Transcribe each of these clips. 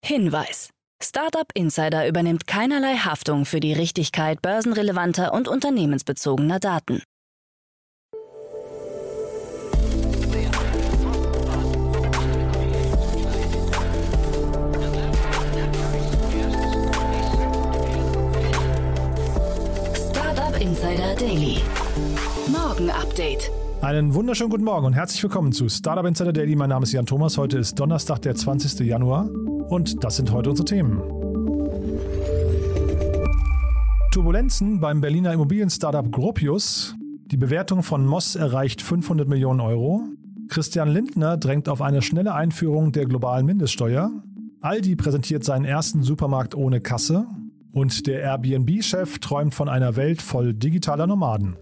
Hinweis: Startup Insider übernimmt keinerlei Haftung für die Richtigkeit börsenrelevanter und unternehmensbezogener Daten. Startup Insider Daily. Morgen Update. Einen wunderschönen guten Morgen und herzlich willkommen zu Startup Insider Daily. Mein Name ist Jan Thomas. Heute ist Donnerstag, der 20. Januar und das sind heute unsere Themen. Turbulenzen beim Berliner Immobilien-Startup Gropius. Die Bewertung von Moss erreicht 500 Millionen Euro. Christian Lindner drängt auf eine schnelle Einführung der globalen Mindeststeuer. Aldi präsentiert seinen ersten Supermarkt ohne Kasse. Und der Airbnb-Chef träumt von einer Welt voll digitaler Nomaden.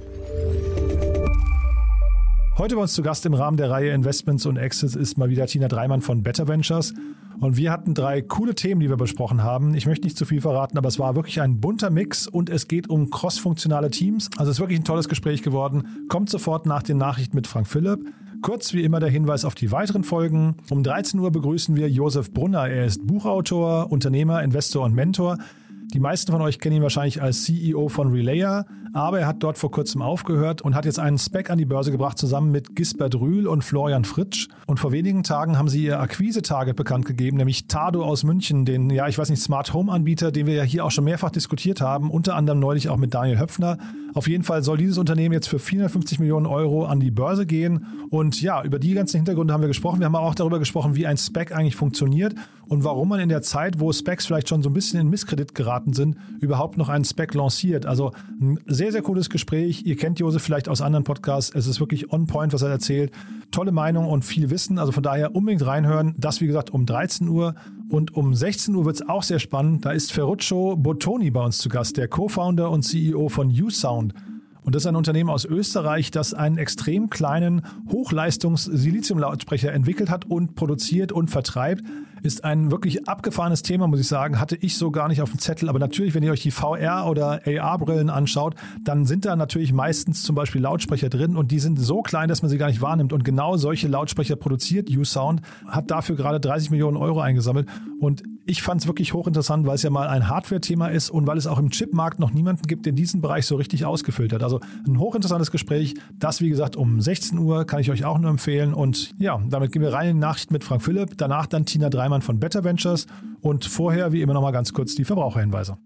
Heute bei uns zu Gast im Rahmen der Reihe Investments und Exits ist mal wieder Tina Dreimann von Better Ventures. Und wir hatten 3 coole Themen, die wir besprochen haben. Ich möchte nicht zu viel verraten, aber es war wirklich ein bunter Mix und es geht um crossfunktionale Teams. Also es ist wirklich ein tolles Gespräch geworden. Kommt sofort nach den Nachrichten mit Frank Philipp. Kurz wie immer der Hinweis auf die weiteren Folgen. Um 13 Uhr begrüßen wir Josef Brunner. Er ist Buchautor, Unternehmer, Investor und Mentor. Die meisten von euch kennen ihn wahrscheinlich als CEO von Relayer, aber er hat dort vor kurzem aufgehört und hat jetzt einen SPAC an die Börse gebracht, zusammen mit Gisbert Rühl und Florian Fritsch. Und vor wenigen Tagen haben sie ihr Akquise-Target bekannt gegeben, nämlich Tado aus München, den, Smart Home Anbieter, den wir ja hier auch schon mehrfach diskutiert haben, unter anderem neulich auch mit Daniel Höpfner. Auf jeden Fall soll dieses Unternehmen jetzt für 450 Millionen Euro an die Börse gehen. Und ja, über die ganzen Hintergründe haben wir gesprochen. Wir haben auch darüber gesprochen, wie ein SPAC eigentlich funktioniert und warum man in der Zeit, wo SPACs vielleicht schon so ein bisschen in Misskredit geraten sind, überhaupt noch einen SPAC lanciert. Also ein sehr, sehr cooles Gespräch. Ihr kennt Josef vielleicht aus anderen Podcasts. Es ist wirklich on point, was er erzählt. Tolle Meinung und viel Wissen. Also von daher unbedingt reinhören. Das, wie gesagt, um 13 Uhr. Und um 16 Uhr wird es auch sehr spannend. Da ist Ferruccio Bottoni bei uns zu Gast, der Co-Founder und CEO von uSound. Und das ist ein Unternehmen aus Österreich, das einen extrem kleinen Hochleistungs-Silizium-Lautsprecher entwickelt hat und produziert und vertreibt. Ist ein wirklich abgefahrenes Thema, muss ich sagen. Hatte ich so gar nicht auf dem Zettel. Aber natürlich, wenn ihr euch die VR- oder AR-Brillen anschaut, dann sind da natürlich meistens zum Beispiel Lautsprecher drin und die sind so klein, dass man sie gar nicht wahrnimmt. Und genau solche Lautsprecher produziert uSound, hat dafür gerade 30 Millionen Euro eingesammelt. Und ich fand es wirklich hochinteressant, weil es ja mal ein Hardware-Thema ist und weil es auch im Chipmarkt noch niemanden gibt, der diesen Bereich so richtig ausgefüllt hat. Also ein hochinteressantes Gespräch. Das, wie gesagt, um 16 Uhr kann ich euch auch nur empfehlen. Und ja, damit gehen wir rein in die Nachrichten mit Frank Philipp. Danach dann Tina Dreimann von Better Ventures. Und vorher, wie immer, nochmal ganz kurz die Verbraucherhinweise.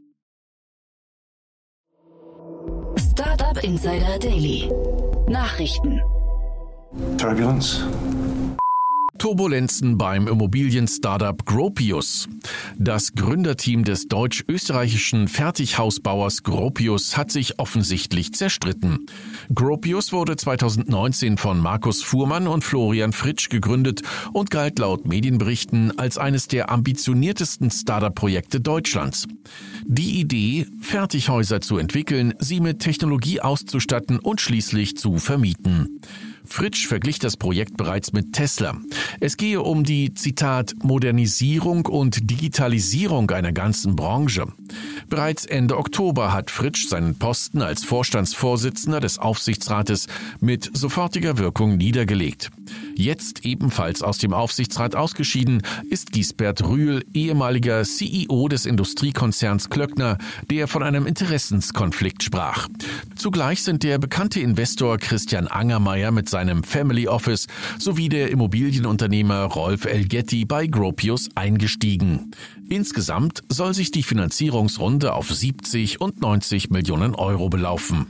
Startup Insider Daily. Nachrichten. Turbulence. Turbulenzen beim Immobilien-Startup Gropius. Das Gründerteam des deutsch-österreichischen Fertighausbauers Gropius hat sich offensichtlich zerstritten. Gropius wurde 2019 von Markus Fuhrmann und Florian Fritsch gegründet und galt laut Medienberichten als eines der ambitioniertesten Startup-Projekte Deutschlands. Die Idee, Fertighäuser zu entwickeln, sie mit Technologie auszustatten und schließlich zu vermieten. Fritsch verglich das Projekt bereits mit Tesla. Es gehe um die, Zitat, Modernisierung und Digitalisierung einer ganzen Branche. Bereits Ende Oktober hat Fritsch seinen Posten als Vorstandsvorsitzender des Aufsichtsrates mit sofortiger Wirkung niedergelegt. Jetzt ebenfalls aus dem Aufsichtsrat ausgeschieden ist Gisbert Rühl, ehemaliger CEO des Industriekonzerns Klöckner, der von einem Interessenskonflikt sprach. Zugleich sind der bekannte Investor Christian Angermeier mit seinem Family Office sowie der Immobilienunternehmer Rolf Elgetti bei Gropius eingestiegen. Insgesamt soll sich die Finanzierungsrunde auf 70 und 90 Millionen Euro belaufen.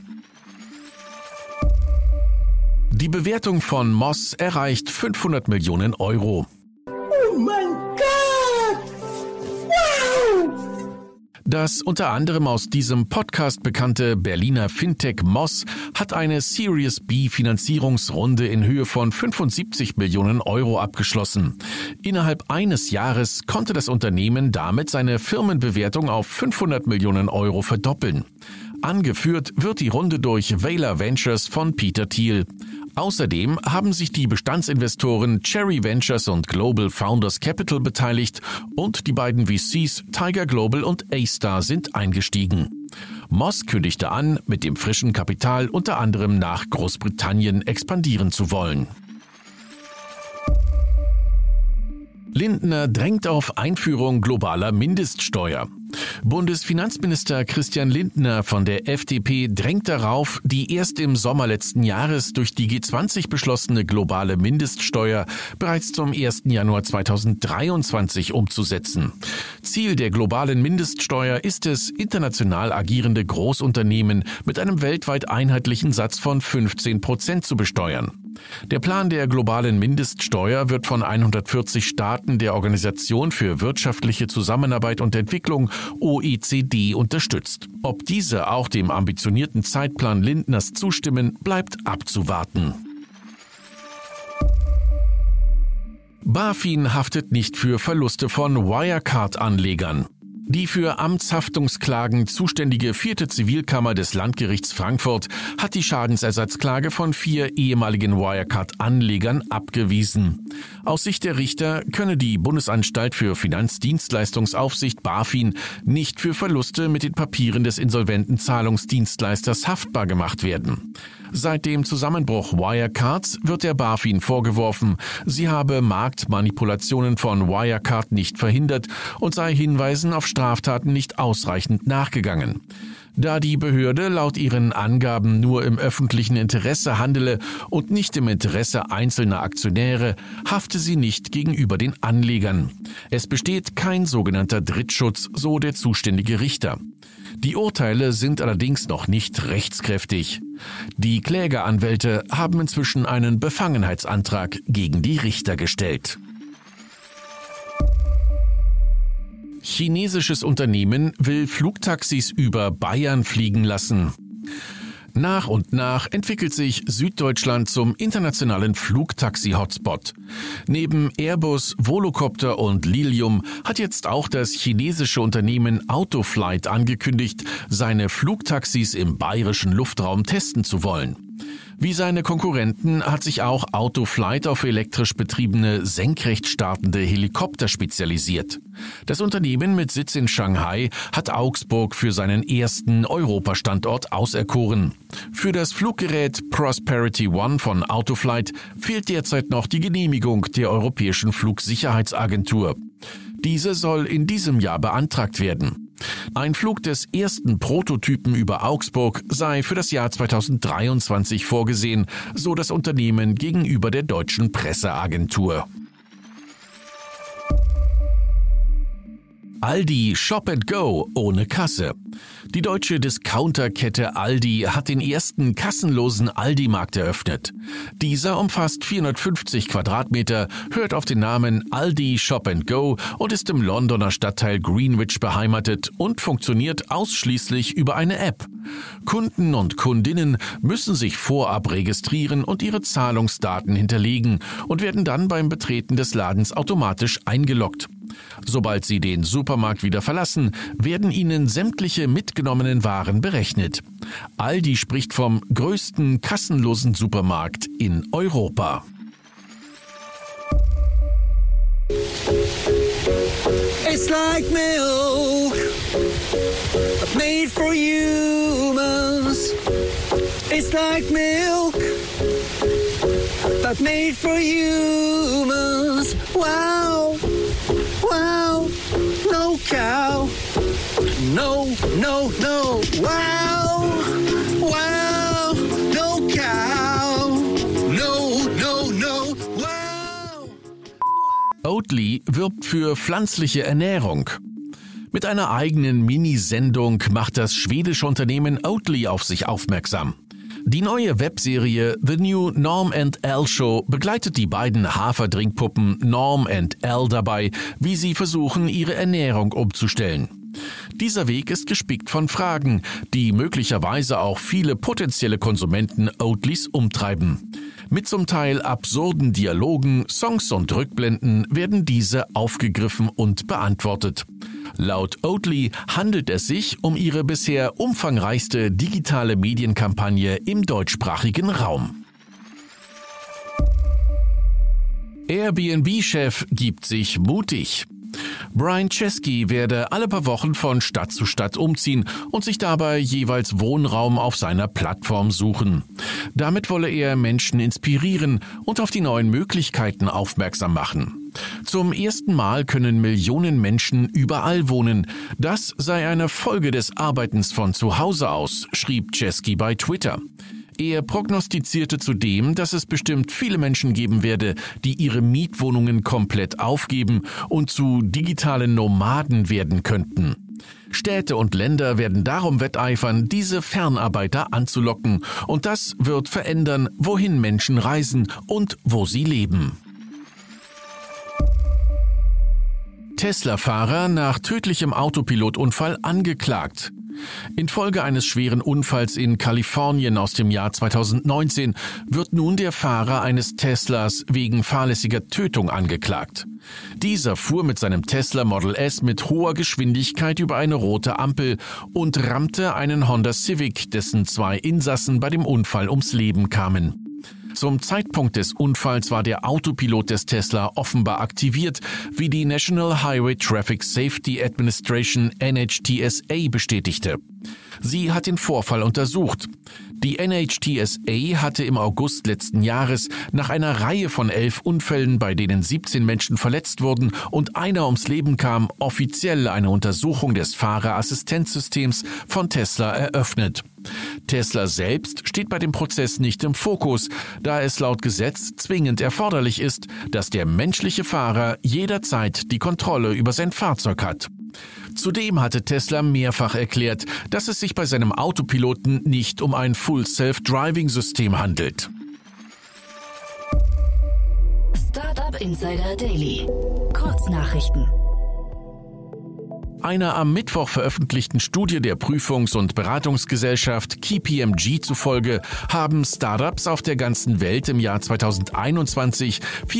Die Bewertung von Moss erreicht 500 Millionen Euro. Oh mein Gott! Wow! Das unter anderem aus diesem Podcast bekannte Berliner Fintech Moss hat eine Series B Finanzierungsrunde in Höhe von 75 Millionen Euro abgeschlossen. Innerhalb eines Jahres konnte das Unternehmen damit seine Firmenbewertung auf 500 Millionen Euro verdoppeln. Angeführt wird die Runde durch Valar Ventures von Peter Thiel. Außerdem haben sich die Bestandsinvestoren Cherry Ventures und Global Founders Capital beteiligt und die beiden VCs Tiger Global und A-Star sind eingestiegen. Moss kündigte an, mit dem frischen Kapital unter anderem nach Großbritannien expandieren zu wollen. Lindner drängt auf Einführung globaler Mindeststeuer. Bundesfinanzminister Christian Lindner von der FDP drängt darauf, die erst im Sommer letzten Jahres durch die G20 beschlossene globale Mindeststeuer bereits zum 1. Januar 2023 umzusetzen. Ziel der globalen Mindeststeuer ist es, international agierende Großunternehmen mit einem weltweit einheitlichen Satz von 15% zu besteuern. Der Plan der globalen Mindeststeuer wird von 140 Staaten der Organisation für wirtschaftliche Zusammenarbeit und Entwicklung OECD unterstützt. Ob diese auch dem ambitionierten Zeitplan Lindners zustimmen, bleibt abzuwarten. BaFin haftet nicht für Verluste von Wirecard-Anlegern. Die für Amtshaftungsklagen zuständige 4. Zivilkammer des Landgerichts Frankfurt hat die Schadensersatzklage von 4 ehemaligen Wirecard-Anlegern abgewiesen. Aus Sicht der Richter könne die Bundesanstalt für Finanzdienstleistungsaufsicht BaFin nicht für Verluste mit den Papieren des insolventen Zahlungsdienstleisters haftbar gemacht werden. Seit dem Zusammenbruch Wirecards wird der BaFin vorgeworfen, sie habe Marktmanipulationen von Wirecard nicht verhindert und sei Hinweisen auf Straftaten nicht ausreichend nachgegangen. Da die Behörde laut ihren Angaben nur im öffentlichen Interesse handele und nicht im Interesse einzelner Aktionäre, hafte sie nicht gegenüber den Anlegern. Es besteht kein sogenannter Drittschutz, so der zuständige Richter. Die Urteile sind allerdings noch nicht rechtskräftig. Die Klägeranwälte haben inzwischen einen Befangenheitsantrag gegen die Richter gestellt. Chinesisches Unternehmen will Flugtaxis über Bayern fliegen lassen. Nach und nach entwickelt sich Süddeutschland zum internationalen Flugtaxi-Hotspot. Neben Airbus, Volocopter und Lilium hat jetzt auch das chinesische Unternehmen Autoflight angekündigt, seine Flugtaxis im bayerischen Luftraum testen zu wollen. Wie seine Konkurrenten hat sich auch Autoflight auf elektrisch betriebene, senkrecht startende Helikopter spezialisiert. Das Unternehmen mit Sitz in Shanghai hat Augsburg für seinen ersten Europastandort auserkoren. Für das Fluggerät Prosperity One von Autoflight fehlt derzeit noch die Genehmigung der Europäischen Flugsicherheitsagentur. Diese soll in diesem Jahr beantragt werden. Ein Flug des ersten Prototypen über Augsburg sei für das Jahr 2023 vorgesehen, so das Unternehmen gegenüber der deutschen Presseagentur. Aldi Shop & Go ohne Kasse. Die deutsche Discounterkette Aldi hat den ersten kassenlosen Aldi-Markt eröffnet. Dieser umfasst 450 Quadratmeter, hört auf den Namen Aldi Shop & Go und ist im Londoner Stadtteil Greenwich beheimatet und funktioniert ausschließlich über eine App. Kunden und Kundinnen müssen sich vorab registrieren und ihre Zahlungsdaten hinterlegen und werden dann beim Betreten des Ladens automatisch eingeloggt. Sobald Sie den Supermarkt wieder verlassen, werden Ihnen sämtliche mitgenommenen Waren berechnet. Aldi spricht vom größten kassenlosen Supermarkt in Europa. It's like milk, made for humans. It's like milk, but made for humans. Wow, wow, no cow. No, no, no. Wow, wow, no cow. No, no, no. Wow. Oatly wirbt für pflanzliche Ernährung. Mit einer eigenen Minisendung macht das schwedische Unternehmen Oatly auf sich aufmerksam. Die neue Webserie The New Norm & Elle Show begleitet die beiden Haferdrinkpuppen Norm und Elle dabei, wie sie versuchen, ihre Ernährung umzustellen. Dieser Weg ist gespickt von Fragen, die möglicherweise auch viele potenzielle Konsumenten Oatlys umtreiben. Mit zum Teil absurden Dialogen, Songs und Rückblenden werden diese aufgegriffen und beantwortet. Laut Oatly handelt es sich um ihre bisher umfangreichste digitale Medienkampagne im deutschsprachigen Raum. Airbnb-Chef gibt sich mutig. Brian Chesky werde alle paar Wochen von Stadt zu Stadt umziehen und sich dabei jeweils Wohnraum auf seiner Plattform suchen. Damit wolle er Menschen inspirieren und auf die neuen Möglichkeiten aufmerksam machen. Zum ersten Mal können Millionen Menschen überall wohnen. Das sei eine Folge des Arbeitens von zu Hause aus, schrieb Chesky bei Twitter. Er prognostizierte zudem, dass es bestimmt viele Menschen geben werde, die ihre Mietwohnungen komplett aufgeben und zu digitalen Nomaden werden könnten. Städte und Länder werden darum wetteifern, diese Fernarbeiter anzulocken. Und das wird verändern, wohin Menschen reisen und wo sie leben. Tesla-Fahrer nach tödlichem Autopilotunfall angeklagt. Infolge eines schweren Unfalls in Kalifornien aus dem Jahr 2019 wird nun der Fahrer eines Teslas wegen fahrlässiger Tötung angeklagt. Dieser fuhr mit seinem Tesla Model S mit hoher Geschwindigkeit über eine rote Ampel und rammte einen Honda Civic, dessen 2 Insassen bei dem Unfall ums Leben kamen. Zum Zeitpunkt des Unfalls war der Autopilot des Tesla offenbar aktiviert, wie die National Highway Traffic Safety Administration NHTSA bestätigte. Sie hat den Vorfall untersucht. Die NHTSA hatte im August letzten Jahres nach einer Reihe von 11 Unfällen, bei denen 17 Menschen verletzt wurden und einer ums Leben kam, offiziell eine Untersuchung des Fahrerassistenzsystems von Tesla eröffnet. Tesla selbst steht bei dem Prozess nicht im Fokus, da es laut Gesetz zwingend erforderlich ist, dass der menschliche Fahrer jederzeit die Kontrolle über sein Fahrzeug hat. Zudem hatte Tesla mehrfach erklärt, dass es sich bei seinem Autopiloten nicht um ein Full-Self-Driving-System handelt. Startup Insider Daily. Kurznachrichten. Einer am Mittwoch veröffentlichten Studie der Prüfungs- und Beratungsgesellschaft KPMG zufolge haben Startups auf der ganzen Welt im Jahr 2021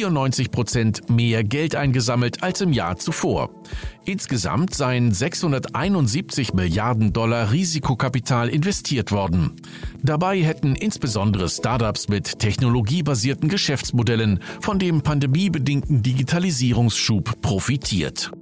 94% mehr Geld eingesammelt als im Jahr zuvor. Insgesamt seien 671 Milliarden Dollar Risikokapital investiert worden. Dabei hätten insbesondere Startups mit technologiebasierten Geschäftsmodellen von dem pandemiebedingten Digitalisierungsschub profitiert.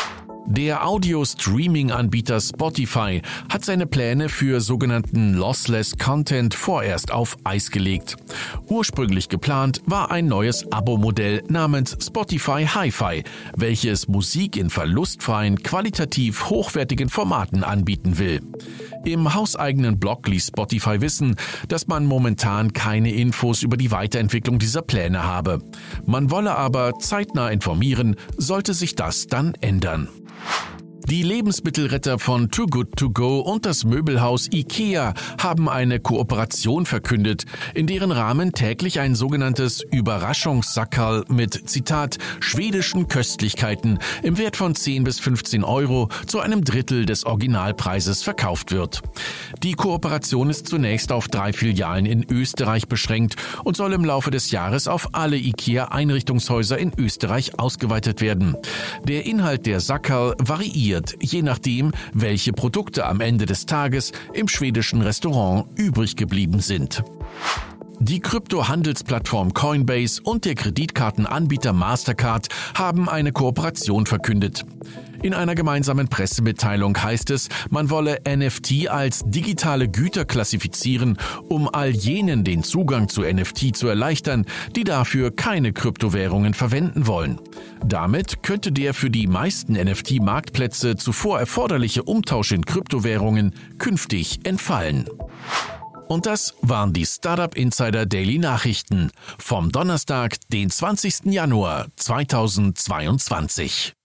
Der Audio-Streaming-Anbieter Spotify hat seine Pläne für sogenannten Lossless Content vorerst auf Eis gelegt. Ursprünglich geplant war ein neues Abo-Modell namens Spotify Hi-Fi, welches Musik in verlustfreien, qualitativ hochwertigen Formaten anbieten will. Im hauseigenen Blog ließ Spotify wissen, dass man momentan keine Infos über die Weiterentwicklung dieser Pläne habe. Man wolle aber zeitnah informieren, sollte sich das dann ändern. Die Lebensmittelretter von Too Good To Go und das Möbelhaus IKEA haben eine Kooperation verkündet, in deren Rahmen täglich ein sogenanntes Überraschungssackerl mit, Zitat, schwedischen Köstlichkeiten im Wert von 10 bis 15 Euro zu einem Drittel des Originalpreises verkauft wird. Die Kooperation ist zunächst auf 3 Filialen in Österreich beschränkt und soll im Laufe des Jahres auf alle IKEA-Einrichtungshäuser in Österreich ausgeweitet werden. Der Inhalt der Sackerl variiert, je nachdem, welche Produkte am Ende des Tages im schwedischen Restaurant übrig geblieben sind. Die Krypto-Handelsplattform Coinbase und der Kreditkartenanbieter Mastercard haben eine Kooperation verkündet. In einer gemeinsamen Pressemitteilung heißt es, man wolle NFT als digitale Güter klassifizieren, um all jenen den Zugang zu NFT zu erleichtern, die dafür keine Kryptowährungen verwenden wollen. Damit könnte der für die meisten NFT-Marktplätze zuvor erforderliche Umtausch in Kryptowährungen künftig entfallen. Und das waren die Startup Insider Daily Nachrichten vom Donnerstag, den 20. Januar 2022.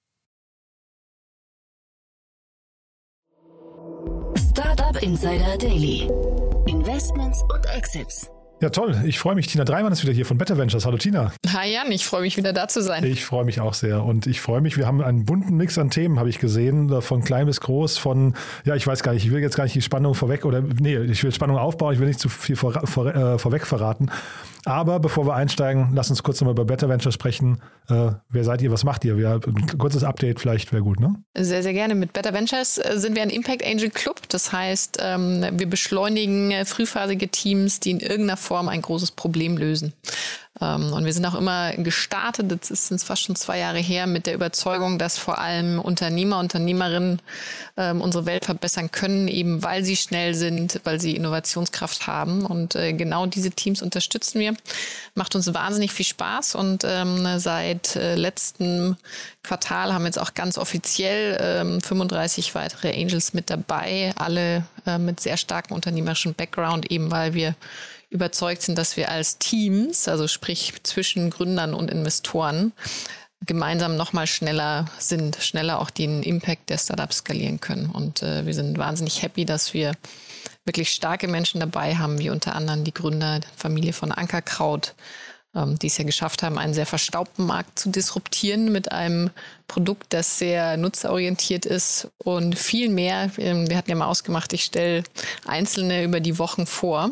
Startup Insider Daily. Investments und Exits. Ja, toll. Ich freue mich. Tina Dreimann ist wieder hier von Better Ventures. Hallo Tina. Hi Jan, ich freue mich wieder da zu sein. Ich freue mich auch sehr und ich freue mich, wir haben einen bunten Mix an Themen, habe ich gesehen, von klein bis groß, von, ja, ich weiß gar nicht, ich will jetzt gar nicht die Spannung vorweg ich will Spannung aufbauen, ich will nicht zu viel vorweg verraten. Aber bevor wir einsteigen, lass uns kurz nochmal über Better Ventures sprechen. Wer seid ihr, was macht ihr? Ein kurzes Update vielleicht wäre gut, ne? Sehr, sehr gerne. Mit Better Ventures sind wir ein Impact Angel Club. Das heißt, wir beschleunigen frühphasige Teams, die in irgendeiner Form ein großes Problem lösen. Und wir sind auch immer gestartet, das ist fast schon 2 Jahre her, mit der Überzeugung, dass vor allem Unternehmer, Unternehmerinnen unsere Welt verbessern können, eben weil sie schnell sind, weil sie Innovationskraft haben. Und genau diese Teams unterstützen wir. Macht uns wahnsinnig viel Spaß. Und seit letztem Quartal haben wir jetzt auch ganz offiziell 35 weitere Angels mit dabei, alle mit sehr starkem unternehmerischen Background, eben weil wir überzeugt sind, dass wir als Teams, also sprich zwischen Gründern und Investoren, gemeinsam noch mal schneller sind, schneller auch den Impact der Startups skalieren können. Und wir sind wahnsinnig happy, dass wir wirklich starke Menschen dabei haben, wie unter anderem die Gründer, die Familie von Ankerkraut, die es ja geschafft haben, einen sehr verstaubten Markt zu disruptieren mit einem Produkt, das sehr nutzerorientiert ist und viel mehr. Wir hatten ja mal ausgemacht, ich stelle einzelne über die Wochen vor.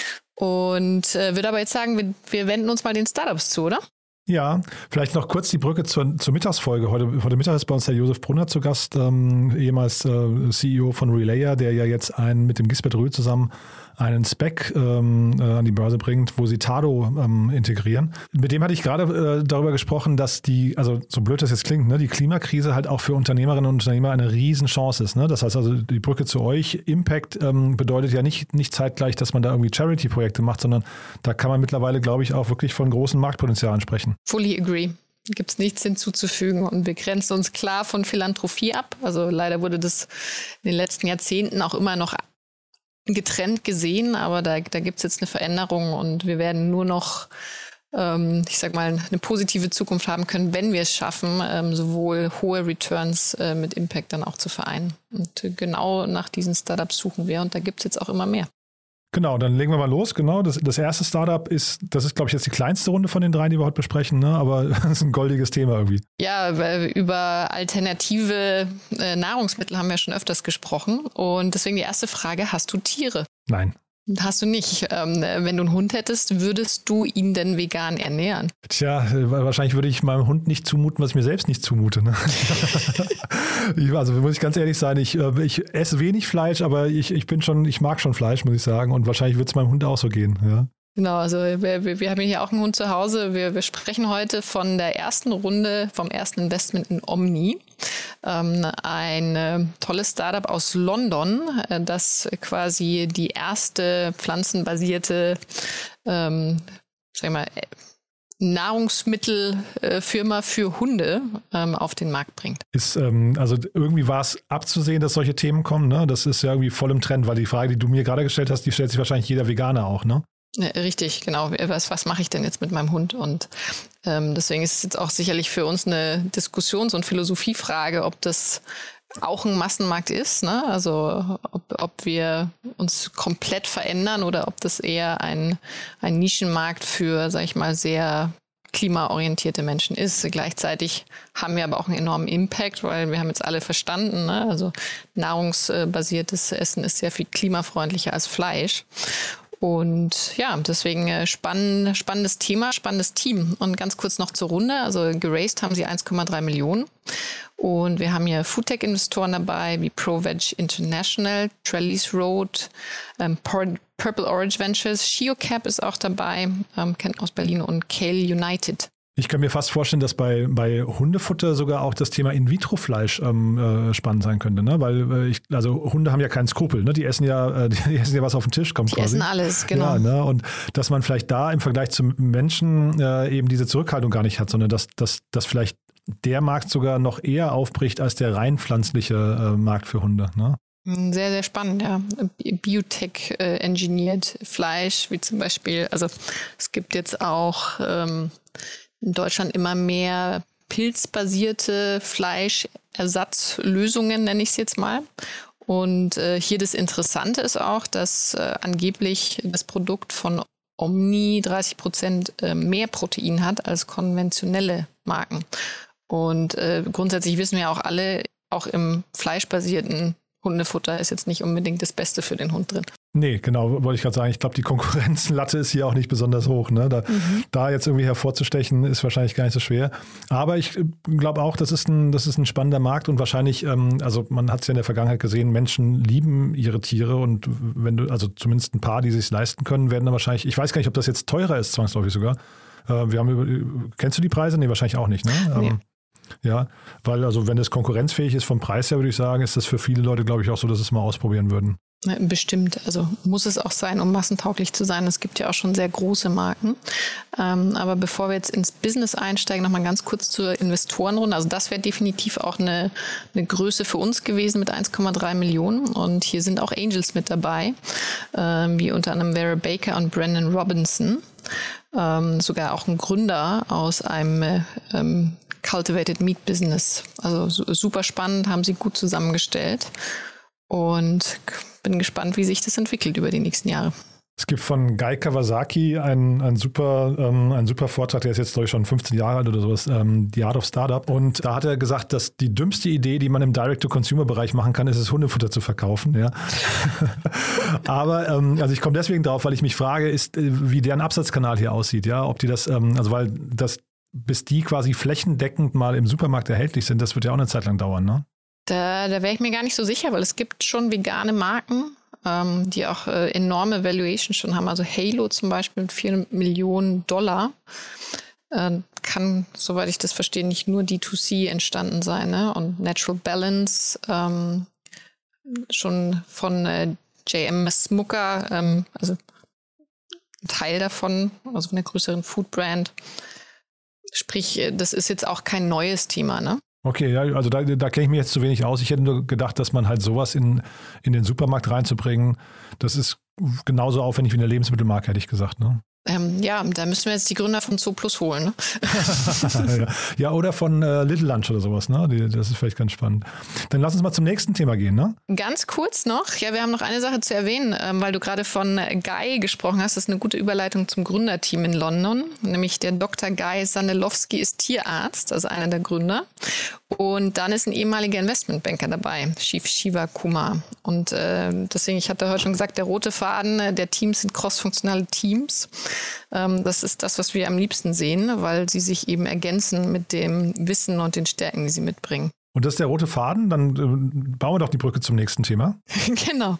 Und würde aber jetzt sagen, wir wenden uns mal den Startups zu, oder? Ja, vielleicht noch kurz die Brücke zur Mittagsfolge. Heute Mittag ist bei uns der Josef Brunner zu Gast, ehemals CEO von Relayer, der ja jetzt mit dem Gisbert Rühl zusammen einen Spec an die Börse bringt, wo sie Tado integrieren. Mit dem hatte ich gerade darüber gesprochen, dass also so blöd das jetzt klingt, ne, die Klimakrise halt auch für Unternehmerinnen und Unternehmer eine Riesenchance ist. Ne? Das heißt also, die Brücke zu euch, Impact bedeutet ja nicht zeitgleich, dass man da irgendwie Charity-Projekte macht, sondern da kann man mittlerweile, glaube ich, auch wirklich von großen Marktpotenzialen sprechen. Fully agree. Gibt es nichts hinzuzufügen und wir grenzen uns klar von Philanthropie ab. Also leider wurde das in den letzten Jahrzehnten auch immer noch getrennt gesehen, aber da gibt es jetzt eine Veränderung und wir werden nur noch, ich sag mal, eine positive Zukunft haben können, wenn wir es schaffen, sowohl hohe Returns mit Impact dann auch zu vereinen. Und genau nach diesen Startups suchen wir und da gibt es jetzt auch immer mehr. Genau, dann legen wir mal los. Genau, das erste Startup ist, glaube ich, jetzt die kleinste Runde von den 3, die wir heute besprechen, ne? Aber das ist ein goldiges Thema irgendwie. Ja, über alternative Nahrungsmittel haben wir schon öfters gesprochen. Und deswegen die erste Frage, hast du Tiere? Nein. Hast du nicht. Wenn du einen Hund hättest, würdest du ihn denn vegan ernähren? Tja, wahrscheinlich würde ich meinem Hund nicht zumuten, was ich mir selbst nicht zumute. Ne? Also muss ich ganz ehrlich sein, ich esse wenig Fleisch, aber ich mag schon Fleisch, muss ich sagen. Und wahrscheinlich wird es meinem Hund auch so gehen. Ja. Genau, also wir haben hier auch einen Hund zu Hause. Wir sprechen heute von der ersten Runde, vom ersten Investment in Omni. Ein tolles Startup aus London, das quasi die erste pflanzenbasierte Nahrungsmittelfirma für Hunde auf den Markt bringt. Also irgendwie war es abzusehen, dass solche Themen kommen. Ne? Das ist ja irgendwie voll im Trend, weil die Frage, die du mir gerade gestellt hast, die stellt sich wahrscheinlich jeder Veganer auch, ne? Richtig, genau. Was mache ich denn jetzt mit meinem Hund? Und deswegen ist es jetzt auch sicherlich für uns eine Diskussions- und Philosophiefrage, ob das auch ein Massenmarkt ist, ne? Also ob wir uns komplett verändern oder ob das eher ein Nischenmarkt für, sag ich mal, sehr klimaorientierte Menschen ist. Gleichzeitig haben wir aber auch einen enormen Impact, weil wir haben jetzt alle verstanden, ne? Also nahrungsbasiertes Essen ist sehr viel klimafreundlicher als Fleisch. Und ja, deswegen spannendes Thema, spannendes Team. Und ganz kurz noch zur Runde. Also geraced haben sie 1,3 Millionen. Und wir haben hier Foodtech-Investoren dabei, wie ProVeg International, Trellis Road, Purple Orange Ventures, ShioCap ist auch dabei, kennt aus Berlin, und Kale United. Ich kann mir fast vorstellen, dass bei Hundefutter sogar auch das Thema In-vitro-Fleisch spannend sein könnte, ne? Weil Hunde haben ja keinen Skrupel, ne? Die essen ja was auf den Tisch kommt quasi. Die essen alles, genau. Ja, ne? Und dass man vielleicht da im Vergleich zum Menschen eben diese Zurückhaltung gar nicht hat, sondern dass vielleicht der Markt sogar noch eher aufbricht als der rein pflanzliche Markt für Hunde, ne? Sehr, sehr spannend, ja. Biotech engineert Fleisch, wie zum Beispiel, also es gibt jetzt auch in Deutschland immer mehr pilzbasierte Fleischersatzlösungen, nenne ich es jetzt mal. Und hier das Interessante ist auch, dass angeblich das Produkt von Omni 30% mehr Protein hat als konventionelle Marken. Und grundsätzlich wissen wir auch alle, auch im fleischbasierten Hundefutter ist jetzt nicht unbedingt das Beste für den Hund drin. Nee, genau, wollte ich gerade sagen. Ich glaube, die Konkurrenzlatte ist hier auch nicht besonders hoch. Ne? Da jetzt irgendwie hervorzustechen, ist wahrscheinlich gar nicht so schwer. Aber ich glaube auch, das ist ein spannender Markt und wahrscheinlich, also man hat es ja in der Vergangenheit gesehen, Menschen lieben ihre Tiere und wenn du, also zumindest ein paar, die sich leisten können, werden dann wahrscheinlich, ich weiß gar nicht, ob das jetzt teurer ist, zwangsläufig sogar. Kennst du die Preise? Nee, wahrscheinlich auch nicht, ne? Nee. Ja, weil also wenn es konkurrenzfähig ist vom Preis her, würde ich sagen, ist das für viele Leute, glaube ich, auch so, dass sie es mal ausprobieren würden. Bestimmt, also muss es auch sein, um massentauglich zu sein. Es gibt ja auch schon sehr große Marken. Aber bevor wir jetzt ins Business einsteigen, nochmal ganz kurz zur Investorenrunde. Also das wäre definitiv auch eine Größe für uns gewesen mit 1,3 Millionen. Und hier sind auch Angels mit dabei, wie unter anderem Vera Baker und Brandon Robinson. Sogar auch ein Gründer aus einem Cultivated Meat Business. Also super spannend, haben sie gut zusammengestellt. Und bin gespannt, wie sich das entwickelt über die nächsten Jahre. Es gibt von Guy Kawasaki einen super Vortrag, der ist jetzt, glaube ich, schon 15 Jahre alt oder sowas, The Art of Startup. Und da hat er gesagt, dass die dümmste Idee, die man im Direct-to-Consumer-Bereich machen kann, ist es, Hundefutter zu verkaufen. Ja. Aber also ich komme deswegen drauf, weil ich mich frage, wie deren Absatzkanal hier aussieht. Ja, ob die das, also weil das, bis die quasi flächendeckend mal im Supermarkt erhältlich sind, das wird ja auch eine Zeit lang dauern, ne? Da wäre ich mir gar nicht so sicher, weil es gibt schon vegane Marken, die auch enorme Valuations schon haben. Also Halo zum Beispiel mit $4 Millionen kann, soweit ich das verstehe, nicht nur D2C entstanden sein. Ne? Und Natural Balance schon von J.M. Smucker, also ein Teil davon, also von der größeren Food-Brand. Sprich, das ist jetzt auch kein neues Thema, ne? Okay, ja, also da kenne ich mich jetzt zu wenig aus. Ich hätte nur gedacht, dass man halt sowas in den Supermarkt reinzubringen, das ist genauso aufwendig wie eine Lebensmittelmarke, hätte ich gesagt, ne? Ja, da müssen wir jetzt die Gründer von Zooplus holen. Ne? Ja, oder von Little Lunch oder sowas, ne? Das ist vielleicht ganz spannend. Dann lass uns mal zum nächsten Thema gehen, ne? Ganz kurz noch, ja, wir haben noch eine Sache zu erwähnen, weil du gerade von Guy gesprochen hast. Das ist eine gute Überleitung zum Gründerteam in London. Nämlich der Dr. Guy Sandelowski ist Tierarzt, also einer der Gründer. Und dann ist ein ehemaliger Investmentbanker dabei, Shiva Kumar. Und deswegen, ich hatte heute schon gesagt, der rote Faden der Teams sind crossfunktionale Teams. Das ist das, was wir am liebsten sehen, weil sie sich eben ergänzen mit dem Wissen und den Stärken, die sie mitbringen. Und das ist der rote Faden? Dann bauen wir doch die Brücke zum nächsten Thema. Genau.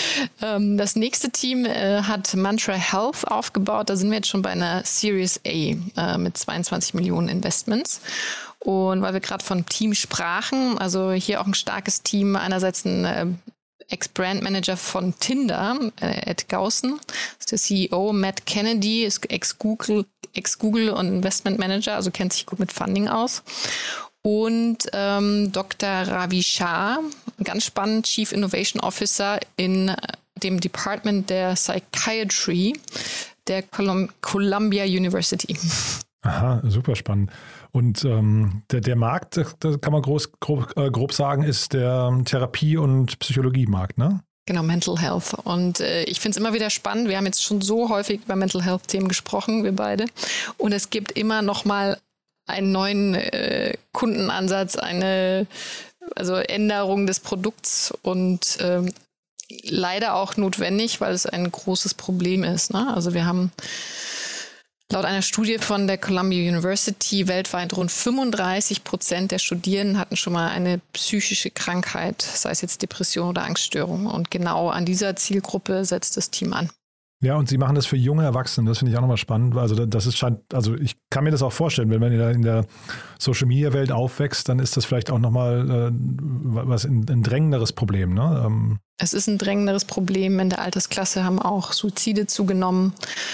Das nächste Team hat Mantra Health aufgebaut. Da sind wir jetzt schon bei einer Series A mit 22 Millionen Investments. Und weil wir gerade von Team sprachen, also hier auch ein starkes Team, einerseits ein Ex-Brand-Manager von Tinder, Ed Gaussen, ist der CEO, Matt Kennedy, ist Ex-Google und Investment-Manager, also kennt sich gut mit Funding aus. Und Dr. Ravi Shah, ganz spannend, Chief Innovation Officer in dem Department der Psychiatry der Columbia University. Aha, super spannend. Und der Markt, das kann man grob sagen, ist der Therapie- und Psychologiemarkt, ne? Genau, Mental Health. Und ich finde es immer wieder spannend. Wir haben jetzt schon so häufig über Mental Health-Themen gesprochen, wir beide. Und es gibt immer noch mal einen neuen Kundenansatz, also Änderung des Produkts und leider auch notwendig, weil es ein großes Problem ist. Ne? Also wir haben laut einer Studie von der Columbia University weltweit rund 35% der Studierenden hatten schon mal eine psychische Krankheit, sei es jetzt Depression oder Angststörung. Und genau an dieser Zielgruppe setzt das Team an. Ja, und sie machen das für junge Erwachsene, das finde ich auch nochmal spannend. Also also ich kann mir das auch vorstellen, wenn man in der Social-Media-Welt aufwächst, dann ist das vielleicht auch nochmal ein drängenderes Problem, ne? Es ist ein drängenderes Problem. In der Altersklasse haben auch Suizide zugenommen.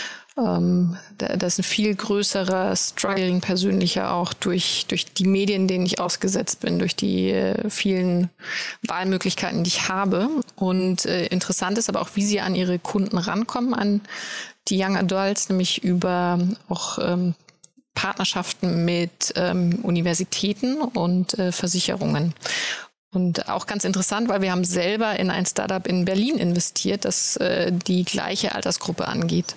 Da ist ein viel größerer Struggling persönlicher auch durch die Medien, denen ich ausgesetzt bin, durch die vielen Wahlmöglichkeiten, die ich habe. Und interessant ist aber auch, wie sie an ihre Kunden rankommen, an die Young Adults, nämlich über auch Partnerschaften mit Universitäten und Versicherungen. Und auch ganz interessant, weil wir haben selber in ein Startup in Berlin investiert, das die gleiche Altersgruppe angeht.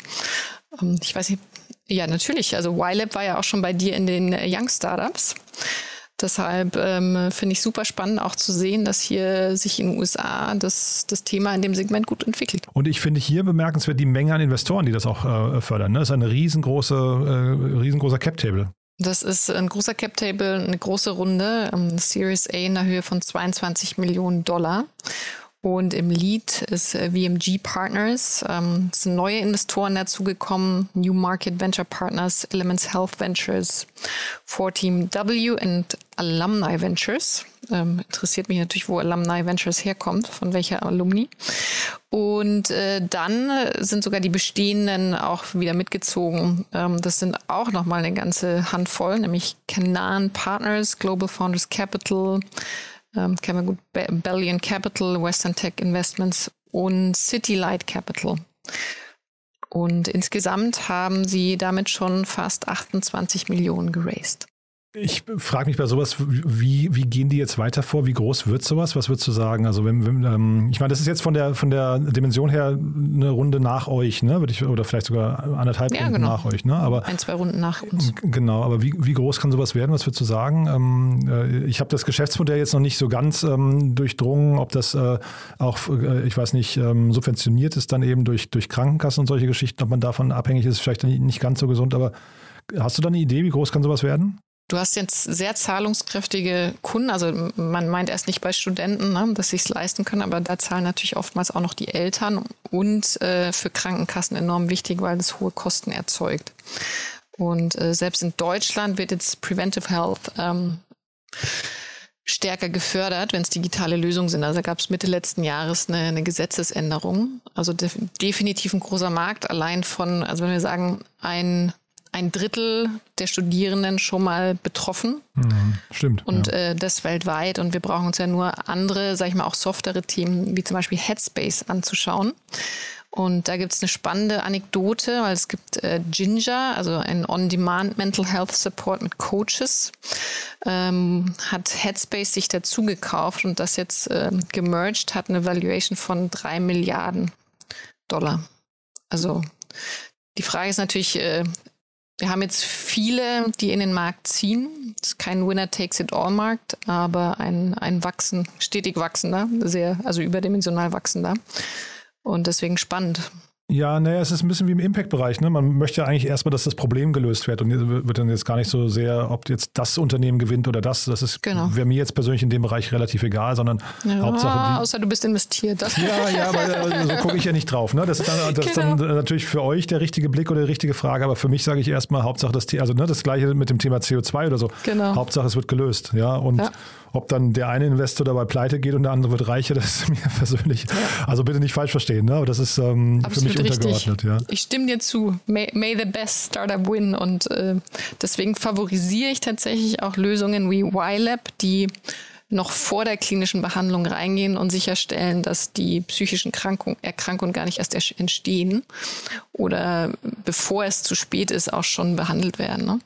Ich weiß nicht, ja natürlich, also YLab war ja auch schon bei dir in den Young Startups. Deshalb finde ich super spannend auch zu sehen, dass hier sich in den USA das Thema in dem Segment gut entwickelt. Und ich finde hier bemerkenswert die Menge an Investoren, die das auch fördern. Ne? Das ist ein riesengroßer Cap-Table. Das ist ein großer Cap-Table, eine große Runde, Series A in der Höhe von $22 Millionen. Und im Lead ist VMG Partners. Es sind neue Investoren dazugekommen, New Market Venture Partners, Elements Health Ventures, 4Team W und Alumni Ventures. Interessiert mich natürlich, wo Alumni Ventures herkommt, von welcher Alumni. Und dann sind sogar die bestehenden auch wieder mitgezogen. Das sind auch nochmal eine ganze Handvoll, nämlich Canaan Partners, Global Founders Capital, kennen wir gut, Bellion Capital, Western Tech Investments und City Light Capital. Und insgesamt haben sie damit schon fast 28 Millionen geraced. Ich frage mich bei sowas, wie gehen die jetzt weiter vor? Wie groß wird sowas? Was würdest du sagen? Also ich meine, das ist jetzt von der Dimension her eine Runde nach euch, ne? Oder vielleicht sogar 1,5 Runden nach euch, ne? Aber 1-2 Runden nach uns. Genau, aber wie groß kann sowas werden? Was würdest du sagen? Ich habe das Geschäftsmodell jetzt noch nicht so ganz durchdrungen, ob das auch, ich weiß nicht, subventioniert ist dann eben durch Krankenkassen und solche Geschichten, ob man davon abhängig ist, vielleicht nicht ganz so gesund, aber hast du da eine Idee, wie groß kann sowas werden? Du hast jetzt sehr zahlungskräftige Kunden, also man meint erst nicht bei Studenten, ne, dass sie es leisten können, aber da zahlen natürlich oftmals auch noch die Eltern und für Krankenkassen enorm wichtig, weil es hohe Kosten erzeugt. Und selbst in Deutschland wird jetzt Preventive Health stärker gefördert, wenn es digitale Lösungen sind. Also da gab es Mitte letzten Jahres eine Gesetzesänderung. Also definitiv ein großer Markt, allein von, also wenn wir sagen, ein Drittel der Studierenden schon mal betroffen. Stimmt. Und das weltweit. Und wir brauchen uns ja nur andere, sag ich mal, auch softere Themen, wie zum Beispiel Headspace anzuschauen. Und da gibt es eine spannende Anekdote, weil es gibt Ginger, also ein On-Demand Mental Health Support mit Coaches, hat Headspace sich dazu gekauft und das jetzt gemerged, hat eine Valuation von $3 Milliarden. Also die Frage ist natürlich, wir haben jetzt viele, die in den Markt ziehen. Es ist kein Winner-Takes-it-all-Markt, aber ein stetig wachsender, also überdimensional wachsender. Und deswegen spannend. Ja, naja, es ist ein bisschen wie im Impact-Bereich. Ne? Man möchte ja eigentlich erstmal, dass das Problem gelöst wird und wird dann jetzt gar nicht so sehr, ob jetzt das Unternehmen gewinnt oder das. Das ist wäre mir jetzt persönlich in dem Bereich relativ egal, sondern Hauptsache. Außer du bist investiert. Ja, aber so gucke ich ja nicht drauf. Ne? Das ist dann natürlich für euch der richtige Blick oder die richtige Frage, aber für mich sage ich erstmal Hauptsache das Gleiche mit dem Thema CO2 oder so. Genau. Hauptsache es wird gelöst. Ja, und ob dann der eine Investor dabei pleite geht und der andere wird reicher, das ist mir persönlich, also bitte nicht falsch verstehen, ne? Aber das ist für mich untergeordnet. Ja. Ich stimme dir zu. May the best startup win und deswegen favorisiere ich tatsächlich auch Lösungen wie Y-Lab, die noch vor der klinischen Behandlung reingehen und sicherstellen, dass die psychischen Erkrankungen gar nicht erst entstehen oder bevor es zu spät ist, auch schon behandelt werden. Ne?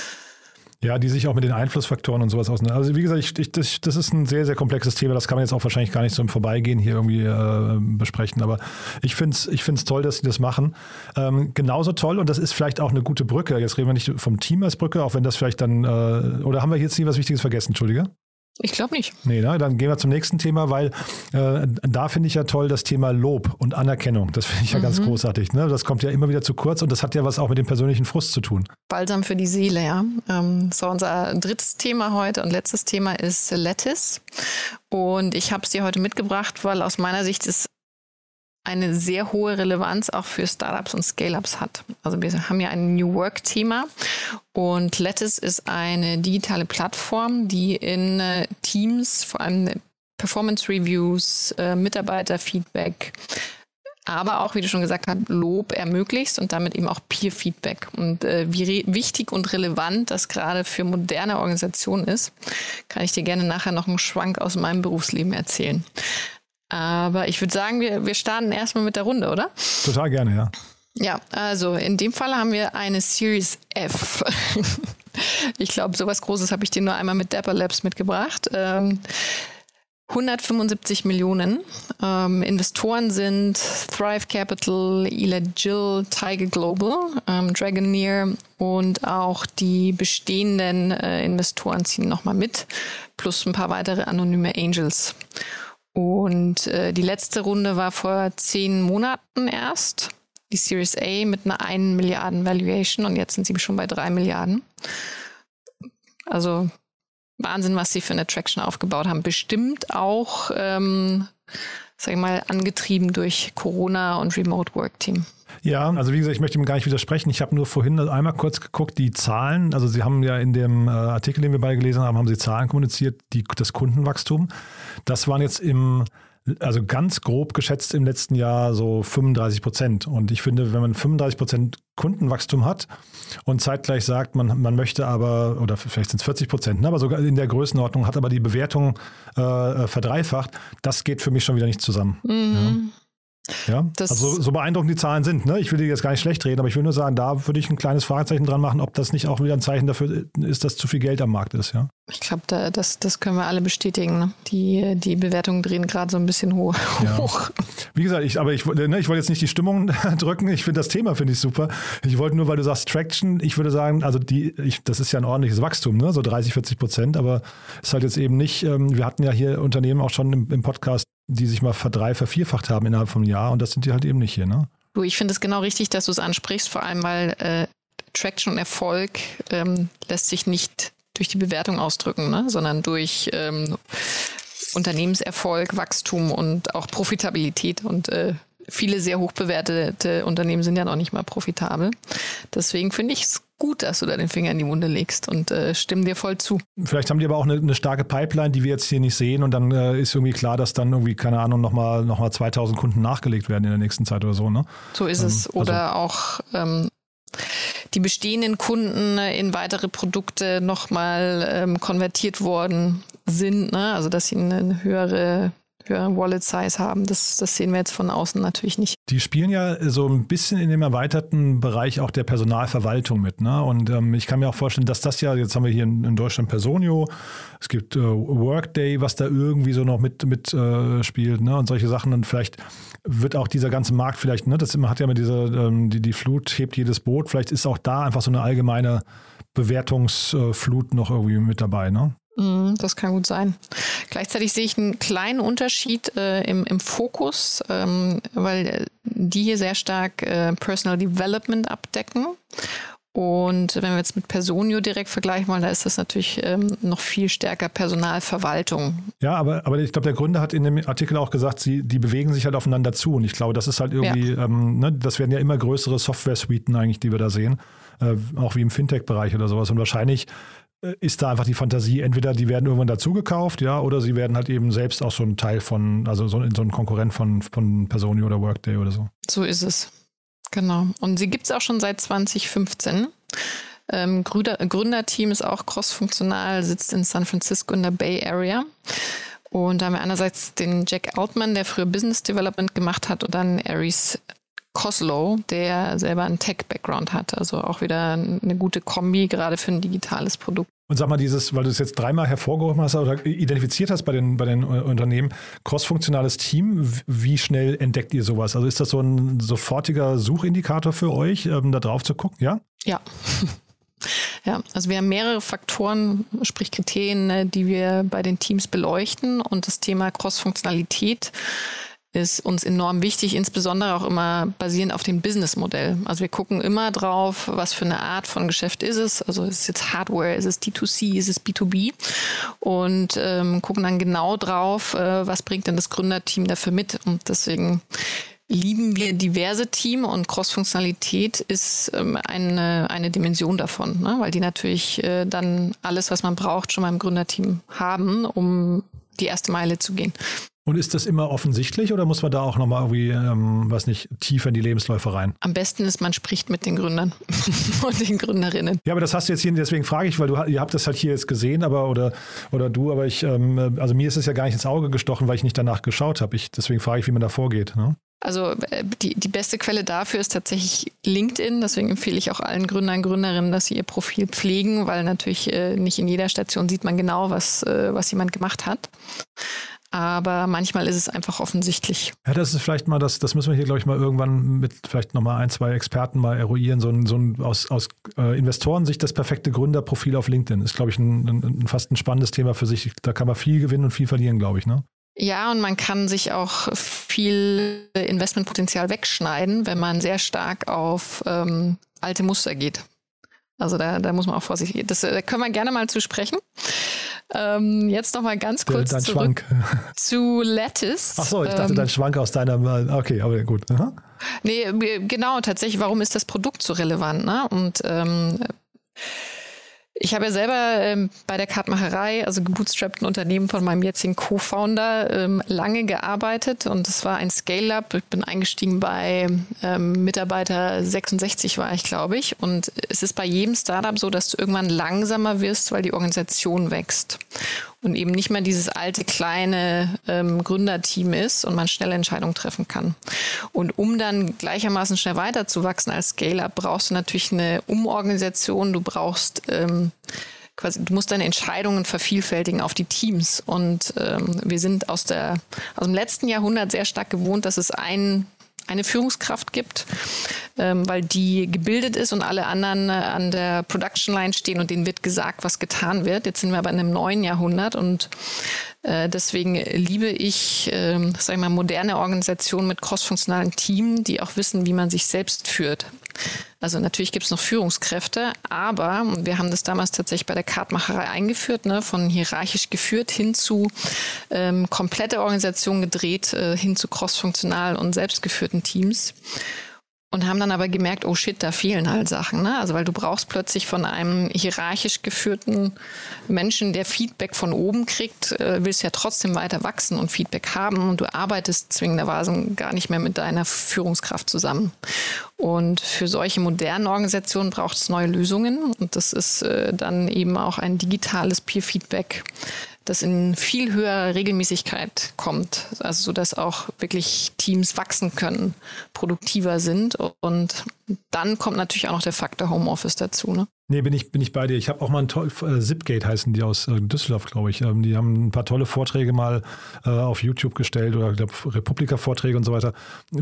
Ja, die sich auch mit den Einflussfaktoren und sowas auseinandersetzen. Also wie gesagt, das ist ein sehr, sehr komplexes Thema. Das kann man jetzt auch wahrscheinlich gar nicht so im Vorbeigehen hier irgendwie besprechen. Aber ich find's toll, dass sie das machen. Genauso toll, und das ist vielleicht auch eine gute Brücke. Jetzt reden wir nicht vom Team als Brücke, auch wenn das vielleicht dann, oder haben wir jetzt nie was Wichtiges vergessen? Entschuldige. Ich glaube nicht. Nee, ne? Dann gehen wir zum nächsten Thema, weil da finde ich ja toll das Thema Lob und Anerkennung. Das finde ich ja ganz großartig. Ne? Das kommt ja immer wieder zu kurz und das hat ja was auch mit dem persönlichen Frust zu tun. Balsam für die Seele, ja. So, unser drittes Thema heute und letztes Thema ist Lattice. Und ich habe es dir heute mitgebracht, weil aus meiner Sicht es eine sehr hohe Relevanz auch für Startups und Scale-Ups hat. Also wir haben ja ein New Work-Thema und Lattice ist eine digitale Plattform, die in Teams, vor allem Performance-Reviews, Mitarbeiterfeedback, aber auch, wie du schon gesagt hast, Lob ermöglicht und damit eben auch Peer-Feedback. Und wie wichtig und relevant das gerade für moderne Organisationen ist, kann ich dir gerne nachher noch einen Schwank aus meinem Berufsleben erzählen. Aber ich würde sagen, wir starten erstmal mit der Runde, oder? Total gerne, ja. Ja, also in dem Fall haben wir eine Series F. Ich glaube, sowas Großes habe ich dir nur einmal mit Dapper Labs mitgebracht. 175 Millionen. Investoren sind Thrive Capital, Eli Jill, Tiger Global, Dragoneer und auch die bestehenden Investoren ziehen nochmal mit, plus ein paar weitere anonyme Angels. Und die letzte Runde war vor 10 Monaten erst, die Series A mit einer 1 Milliarden Valuation und jetzt sind sie schon bei 3 Milliarden. Also Wahnsinn, was sie für eine Traction aufgebaut haben. Bestimmt auch, sag ich mal, angetrieben durch Corona und Remote Work Team. Ja, also wie gesagt, ich möchte ihm gar nicht widersprechen. Ich habe nur vorhin einmal kurz geguckt, die Zahlen, also Sie haben ja in dem Artikel, den wir beide gelesen haben, haben Sie Zahlen kommuniziert, das Kundenwachstum. Das waren jetzt also ganz grob geschätzt im letzten Jahr so 35%. Und ich finde, wenn man 35% Kundenwachstum hat und zeitgleich sagt, man möchte aber, oder vielleicht sind es 40%, aber sogar in der Größenordnung, hat aber die Bewertung verdreifacht, das geht für mich schon wieder nicht zusammen. Mhm. Ja, also so beeindruckend die Zahlen sind, ne? Ich will die jetzt gar nicht schlecht reden, aber ich will nur sagen, da würde ich ein kleines Fragezeichen dran machen, ob das nicht auch wieder ein Zeichen dafür ist, dass zu viel Geld am Markt ist, ja? Ich glaube, das können wir alle bestätigen. Ne? Die Bewertungen drehen gerade so ein bisschen hoch. Ja. Wie gesagt, ich wollte jetzt nicht die Stimmung drücken. Ich finde das Thema super. Ich wollte nur, weil du sagst Traction, ich würde sagen, also das ist ja ein ordentliches Wachstum, ne? So 30-40%, aber es ist halt jetzt eben nicht, wir hatten ja hier Unternehmen auch schon im Podcast, die sich mal vervierfacht haben innerhalb vom Jahr und das sind die halt eben nicht hier, ne? Du, ich finde es genau richtig, dass du es ansprichst, vor allem weil Traction und Erfolg lässt sich nicht durch die Bewertung ausdrücken, ne? Sondern durch Unternehmenserfolg, Wachstum und auch Profitabilität und viele sehr hoch bewertete Unternehmen sind ja noch nicht mal profitabel. Deswegen finde ich es gut, dass du da den Finger in die Wunde legst und stimme dir voll zu. Vielleicht haben die aber auch eine starke Pipeline, die wir jetzt hier nicht sehen und dann ist irgendwie klar, dass dann irgendwie, keine Ahnung, nochmal 2000 Kunden nachgelegt werden in der nächsten Zeit oder so, ne? So ist es. Oder auch die bestehenden Kunden in weitere Produkte nochmal konvertiert worden sind, ne? Also dass sie eine höhere Wallet-Size haben. Das sehen wir jetzt von außen natürlich nicht. Die spielen ja so ein bisschen in dem erweiterten Bereich auch der Personalverwaltung mit, ne? Und ich kann mir auch vorstellen, dass das ja, jetzt haben wir hier in Deutschland Personio, es gibt Workday, was da irgendwie so noch mit spielt, ne? Und solche Sachen. Und vielleicht wird auch dieser ganze Markt vielleicht, ne? Das hat ja immer die Flut hebt jedes Boot. Vielleicht ist auch da einfach so eine allgemeine Bewertungsflut noch irgendwie mit dabei, ne? Das kann gut sein. Gleichzeitig sehe ich einen kleinen Unterschied im Fokus, weil die hier sehr stark Personal Development abdecken. Und wenn wir jetzt mit Personio direkt vergleichen wollen, da ist das natürlich noch viel stärker Personalverwaltung. Ja, aber ich glaube, der Gründer hat in dem Artikel auch gesagt, die bewegen sich halt aufeinander zu. Und ich glaube, das ist halt irgendwie, ne, das werden ja immer größere Software-Suiten eigentlich, die wir da sehen. Auch wie im Fintech-Bereich oder sowas. Und wahrscheinlich ist da einfach die Fantasie, entweder die werden irgendwann dazugekauft, ja, oder sie werden halt eben selbst auch so ein Teil von, also so ein Konkurrent von Personio oder Workday oder so. So ist es. Genau. Und sie gibt es auch schon seit 2015. Gründerteam ist auch cross-funktional, sitzt in San Francisco in der Bay Area. Und da haben wir einerseits den Jack Altman, der früher Business Development gemacht hat, und dann Aries Koslow, der selber einen Tech-Background hat. Also auch wieder eine gute Kombi, gerade für ein digitales Produkt. Und sag mal, weil du es jetzt dreimal hervorgehoben hast oder identifiziert hast bei den Unternehmen, cross-funktionales Team, wie schnell entdeckt ihr sowas? Also ist das so ein sofortiger Suchindikator für euch, da drauf zu gucken, ja? Ja. Ja, also wir haben mehrere Faktoren, sprich Kriterien, die wir bei den Teams beleuchten, und das Thema Cross-Funktionalität ist uns enorm wichtig, insbesondere auch immer basierend auf dem Businessmodell. Also wir gucken immer drauf, was für eine Art von Geschäft ist es. Also ist es jetzt Hardware, ist es D2C, ist es B2B? Und gucken dann genau drauf, was bringt denn das Gründerteam dafür mit? Und deswegen lieben wir diverse Team, und Cross-Funktionalität ist eine Dimension davon, ne? Weil die natürlich dann alles, was man braucht, schon mal im Gründerteam haben, um die erste Meile zu gehen. Und ist das immer offensichtlich oder muss man da auch nochmal irgendwie, tiefer in die Lebensläufe rein? Am besten ist, man spricht mit den Gründern und den Gründerinnen. Ja, aber das hast du jetzt hier, deswegen frage ich, weil ihr habt das halt hier jetzt gesehen, oder du, aber also mir ist es ja gar nicht ins Auge gestochen, weil ich nicht danach geschaut habe. Deswegen frage ich, wie man da vorgeht, ne? Also die beste Quelle dafür ist tatsächlich LinkedIn. Deswegen empfehle ich auch allen Gründern und Gründerinnen, dass sie ihr Profil pflegen, weil natürlich nicht in jeder Station sieht man genau, was jemand gemacht hat. Aber manchmal ist es einfach offensichtlich. Ja, das ist vielleicht mal, das müssen wir hier, glaube ich, mal irgendwann mit vielleicht nochmal 1, 2 Experten mal eruieren. So ein aus Investorensicht das perfekte Gründerprofil auf LinkedIn ist, glaube ich, fast ein spannendes Thema für sich. Da kann man viel gewinnen und viel verlieren, glaube ich, ne? Ja, und man kann sich auch viel Investmentpotenzial wegschneiden, wenn man sehr stark auf alte Muster geht. Also da muss man auch vorsichtig. Da können wir gerne mal zu sprechen. Jetzt noch mal ganz kurz dein zurück Schwank. Zu Lattice. Ach so, ich dachte, dein Schwank aus deiner... Okay, aber gut. Aha. Nee, genau, tatsächlich, warum ist das Produkt so relevant? Ne? Und ich habe ja selber bei der Kartmacherei, also gebootstrappten Unternehmen von meinem jetzigen Co-Founder, lange gearbeitet und es war ein Scale-Up. Ich bin eingestiegen bei Mitarbeiter 66 war ich, glaube ich. Und es ist bei jedem Startup so, dass du irgendwann langsamer wirst, weil die Organisation wächst und eben nicht mehr dieses alte, kleine Gründerteam ist und man schnelle Entscheidungen treffen kann. Und um dann gleichermaßen schnell weiterzuwachsen als Scale-Up, brauchst du natürlich eine Umorganisation. Du brauchst du musst deine Entscheidungen vervielfältigen auf die Teams. Und wir sind aus dem letzten Jahrhundert sehr stark gewohnt, dass es eine Führungskraft gibt, weil die gebildet ist und alle anderen an der Production Line stehen und denen wird gesagt, was getan wird. Jetzt sind wir aber in einem neuen Jahrhundert und deswegen liebe ich, moderne Organisationen mit crossfunktionalen Teams, die auch wissen, wie man sich selbst führt. Also natürlich gibt es noch Führungskräfte, aber wir haben das damals tatsächlich bei der Kartmacherei eingeführt, ne, von hierarchisch geführt hin zu komplette Organisation gedreht, hin zu crossfunktionalen und selbstgeführten Teams. Und haben dann aber gemerkt, oh shit, da fehlen halt Sachen. Ne? Also weil du brauchst plötzlich von einem hierarchisch geführten Menschen, der Feedback von oben kriegt, willst ja trotzdem weiter wachsen und Feedback haben. Und du arbeitest zwingenderweise gar nicht mehr mit deiner Führungskraft zusammen. Und für solche modernen Organisationen braucht es neue Lösungen. Und das ist dann eben auch ein digitales Peer-Feedback, das in viel höherer Regelmäßigkeit kommt, also so dass auch wirklich Teams wachsen können, produktiver sind und dann kommt natürlich auch noch der Faktor Homeoffice dazu. Ne? Nee, bin ich bei dir. Ich habe auch mal Zipgate heißen die aus Düsseldorf, glaube ich. Die haben ein paar tolle Vorträge mal auf YouTube gestellt oder Republika-Vorträge und so weiter.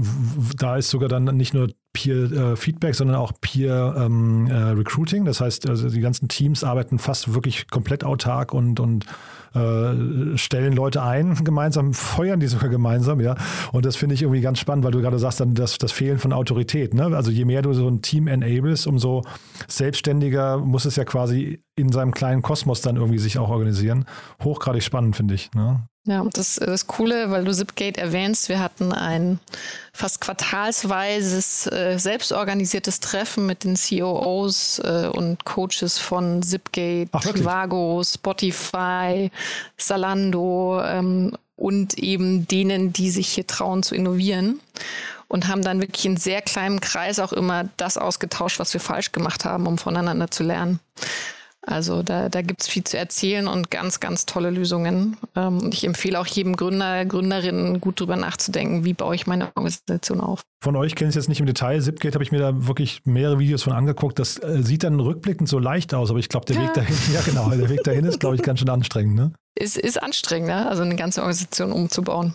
Da ist sogar dann nicht nur Peer-Feedback, sondern auch Peer-Recruiting. Das heißt, also die ganzen Teams arbeiten fast wirklich komplett autark und stellen Leute ein gemeinsam, feuern die sogar gemeinsam, ja. Und das finde ich irgendwie ganz spannend, weil du gerade sagst, dann das Fehlen von Autorität. Ne? Also je mehr du so ein Team enablest, umso selbstständiger muss es ja quasi in seinem kleinen Kosmos dann irgendwie sich auch organisieren. Hochgradig spannend, finde ich. Ne? Ja, das Coole, weil du Zipgate erwähnst, wir hatten ein fast quartalsweises, selbstorganisiertes Treffen mit den COOs und Coaches von Zipgate, Trivago, Spotify, Zalando und eben denen, die sich hier trauen zu innovieren. Und haben dann wirklich in sehr kleinem Kreis auch immer das ausgetauscht, was wir falsch gemacht haben, um voneinander zu lernen. Also da gibt es viel zu erzählen und ganz, ganz tolle Lösungen. Und ich empfehle auch jedem Gründer, Gründerin gut drüber nachzudenken, wie baue ich meine Organisation auf. Von euch kenne ich es jetzt nicht im Detail. Zipgate habe ich mir da wirklich mehrere Videos von angeguckt. Das sieht dann rückblickend so leicht aus, aber ich glaube, der Weg dahin, ja genau, der Weg dahin ist, glaube ich, ganz schön anstrengend. Ne? Es ist anstrengend, ne? Also eine ganze Organisation umzubauen.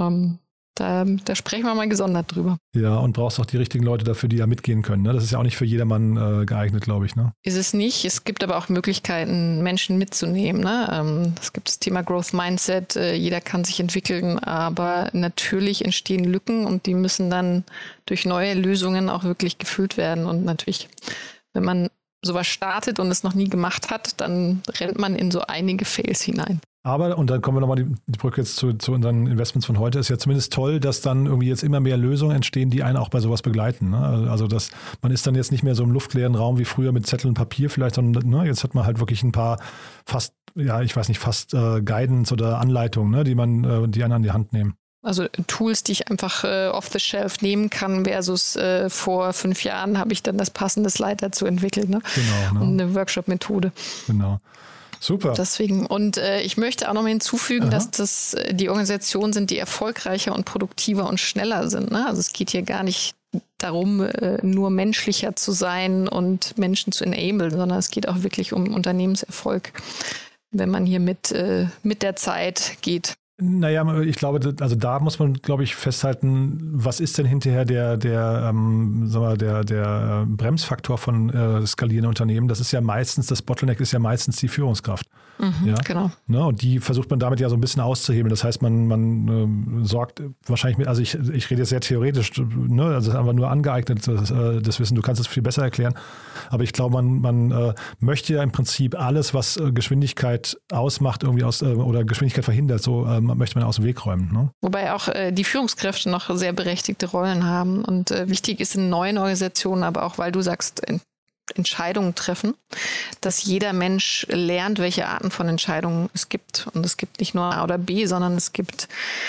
Da sprechen wir mal gesondert drüber. Ja, und brauchst auch die richtigen Leute dafür, die da mitgehen können. Ne? Das ist ja auch nicht für jedermann geeignet, glaube ich. Ne? Ist es nicht. Es gibt aber auch Möglichkeiten, Menschen mitzunehmen. Ne? Es gibt das Thema Growth Mindset. Jeder kann sich entwickeln, aber natürlich entstehen Lücken und die müssen dann durch neue Lösungen auch wirklich gefüllt werden. Und natürlich, wenn man sowas startet und es noch nie gemacht hat, dann rennt man in so einige Fails hinein. Aber, und dann kommen wir nochmal die Brücke jetzt zu unseren Investments von heute, ist ja zumindest toll, dass dann irgendwie jetzt immer mehr Lösungen entstehen, die einen auch bei sowas begleiten. Ne? Also man ist dann jetzt nicht mehr so im luftleeren Raum wie früher mit Zettel und Papier vielleicht, sondern jetzt hat man halt wirklich ein paar fast Guidance oder Anleitungen, ne, die einen an die Hand nehmen. Also Tools, die ich einfach off the shelf nehmen kann, versus vor 5 Jahren habe ich dann das passende Slide dazu entwickelt. Ne? Genau. Ne? Und eine Workshop-Methode. Genau. Super. Deswegen, und ich möchte auch noch mal hinzufügen, dass das die Organisationen sind, die erfolgreicher und produktiver und schneller sind. Ne? Also es geht hier gar nicht darum, nur menschlicher zu sein und Menschen zu enablen, sondern es geht auch wirklich um Unternehmenserfolg, wenn man hier mit der Zeit geht. Naja, ich glaube, also da muss man, glaube ich, festhalten, was ist denn hinterher der Bremsfaktor von skalierenden Unternehmen? Das ist ja meistens, das Bottleneck ist ja meistens die Führungskraft. Ja? Genau. Ne? Und die versucht man damit ja so ein bisschen auszuhebeln. Das heißt, man sorgt wahrscheinlich mit, also ich rede jetzt sehr theoretisch, ne? Also es ist einfach nur angeeignet, das Wissen, du kannst es viel besser erklären. Aber ich glaube, man möchte ja im Prinzip alles, was Geschwindigkeit ausmacht, irgendwie oder Geschwindigkeit verhindert, so möchte man aus dem Weg räumen. Ne? Wobei auch die Führungskräfte noch sehr berechtigte Rollen haben. Und wichtig ist in neuen Organisationen, aber auch, weil du sagst, Entscheidungen treffen, dass jeder Mensch lernt, welche Arten von Entscheidungen es gibt. Und es gibt nicht nur A oder B, sondern es gibt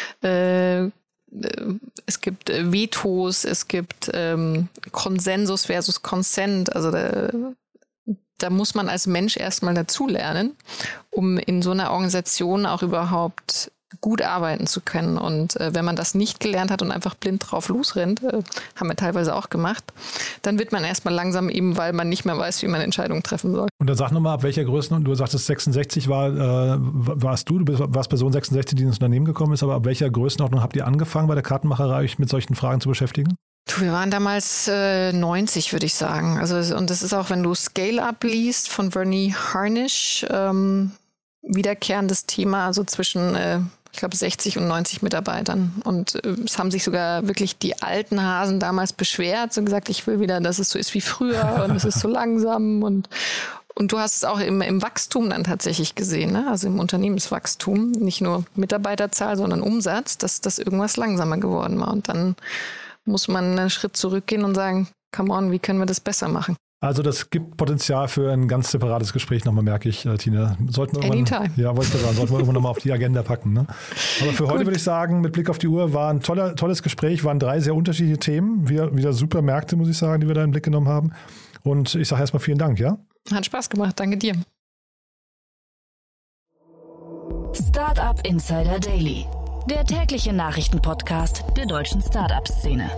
Vetos, es gibt Konsensus versus Consent. Also da muss man als Mensch erstmal dazulernen, um in so einer Organisation auch überhaupt gut arbeiten zu können. Und wenn man das nicht gelernt hat und einfach blind drauf losrennt, haben wir teilweise auch gemacht, dann wird man erstmal langsam eben, weil man nicht mehr weiß, wie man Entscheidungen treffen soll. Und dann sag nochmal, ab welcher Größe, du sagtest 66 warst du warst Person 66, die ins Unternehmen gekommen ist, aber ab welcher Größenordnung habt ihr angefangen, bei der Kartenmacherei euch mit solchen Fragen zu beschäftigen? Wir waren damals 90, würde ich sagen. Also, und das ist auch, wenn du Scale-Up liest von Verney Harnish, wiederkehrendes Thema, also zwischen, ich glaube, 60 und 90 Mitarbeitern. Und es haben sich sogar wirklich die alten Hasen damals beschwert und gesagt, ich will wieder, dass es so ist wie früher und es ist so langsam. Und du hast es auch im Wachstum dann tatsächlich gesehen, ne? Also im Unternehmenswachstum, nicht nur Mitarbeiterzahl, sondern Umsatz, dass das irgendwas langsamer geworden war. Und dann muss man einen Schritt zurückgehen und sagen, come on, wie können wir das besser machen? Also das gibt Potenzial für ein ganz separates Gespräch nochmal, merke ich, Tina. Sollten wir sollten wir irgendwann nochmal auf die Agenda packen. Ne? Aber für heute würde ich sagen, mit Blick auf die Uhr, war ein tolles Gespräch, waren 3 sehr unterschiedliche Themen, wieder super Märkte, muss ich sagen, die wir da im Blick genommen haben. Und ich sage erstmal vielen Dank, ja? Hat Spaß gemacht, danke dir. Startup Insider Daily, der tägliche Nachrichtenpodcast der deutschen Startup-Szene.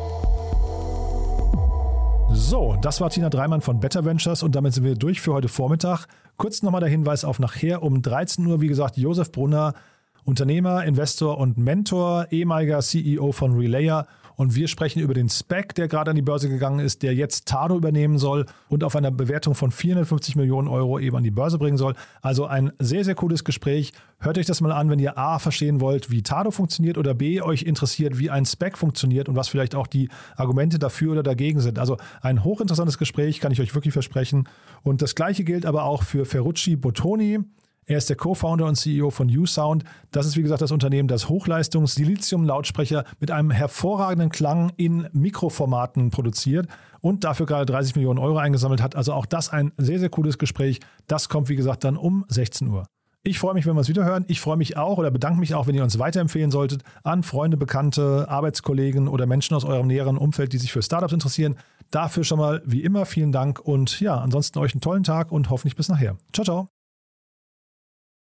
So, das war Tina Dreimann von Better Ventures und damit sind wir durch für heute Vormittag. Kurz nochmal der Hinweis auf nachher um 13 Uhr, wie gesagt, Josef Brunner, Unternehmer, Investor und Mentor, ehemaliger CEO von Relayer. Und wir sprechen über den SPAC, der gerade an die Börse gegangen ist, der jetzt Tado übernehmen soll und auf einer Bewertung von 450 Millionen Euro eben an die Börse bringen soll. Also ein sehr, sehr cooles Gespräch. Hört euch das mal an, wenn ihr A, verstehen wollt, wie Tado funktioniert oder B, euch interessiert, wie ein SPAC funktioniert und was vielleicht auch die Argumente dafür oder dagegen sind. Also ein hochinteressantes Gespräch, kann ich euch wirklich versprechen. Und das Gleiche gilt aber auch für Ferrucci Bottoni. Er ist der Co-Founder und CEO von U-Sound. Das ist, wie gesagt, das Unternehmen, das Hochleistungs-Silizium-Lautsprecher mit einem hervorragenden Klang in Mikroformaten produziert und dafür gerade 30 Millionen Euro eingesammelt hat. Also auch das ein sehr, sehr cooles Gespräch. Das kommt, wie gesagt, dann um 16 Uhr. Ich freue mich, wenn wir es wieder hören. Ich freue mich auch oder bedanke mich auch, wenn ihr uns weiterempfehlen solltet an Freunde, Bekannte, Arbeitskollegen oder Menschen aus eurem näheren Umfeld, die sich für Startups interessieren. Dafür schon mal wie immer vielen Dank und ja, ansonsten euch einen tollen Tag und hoffentlich bis nachher. Ciao, ciao.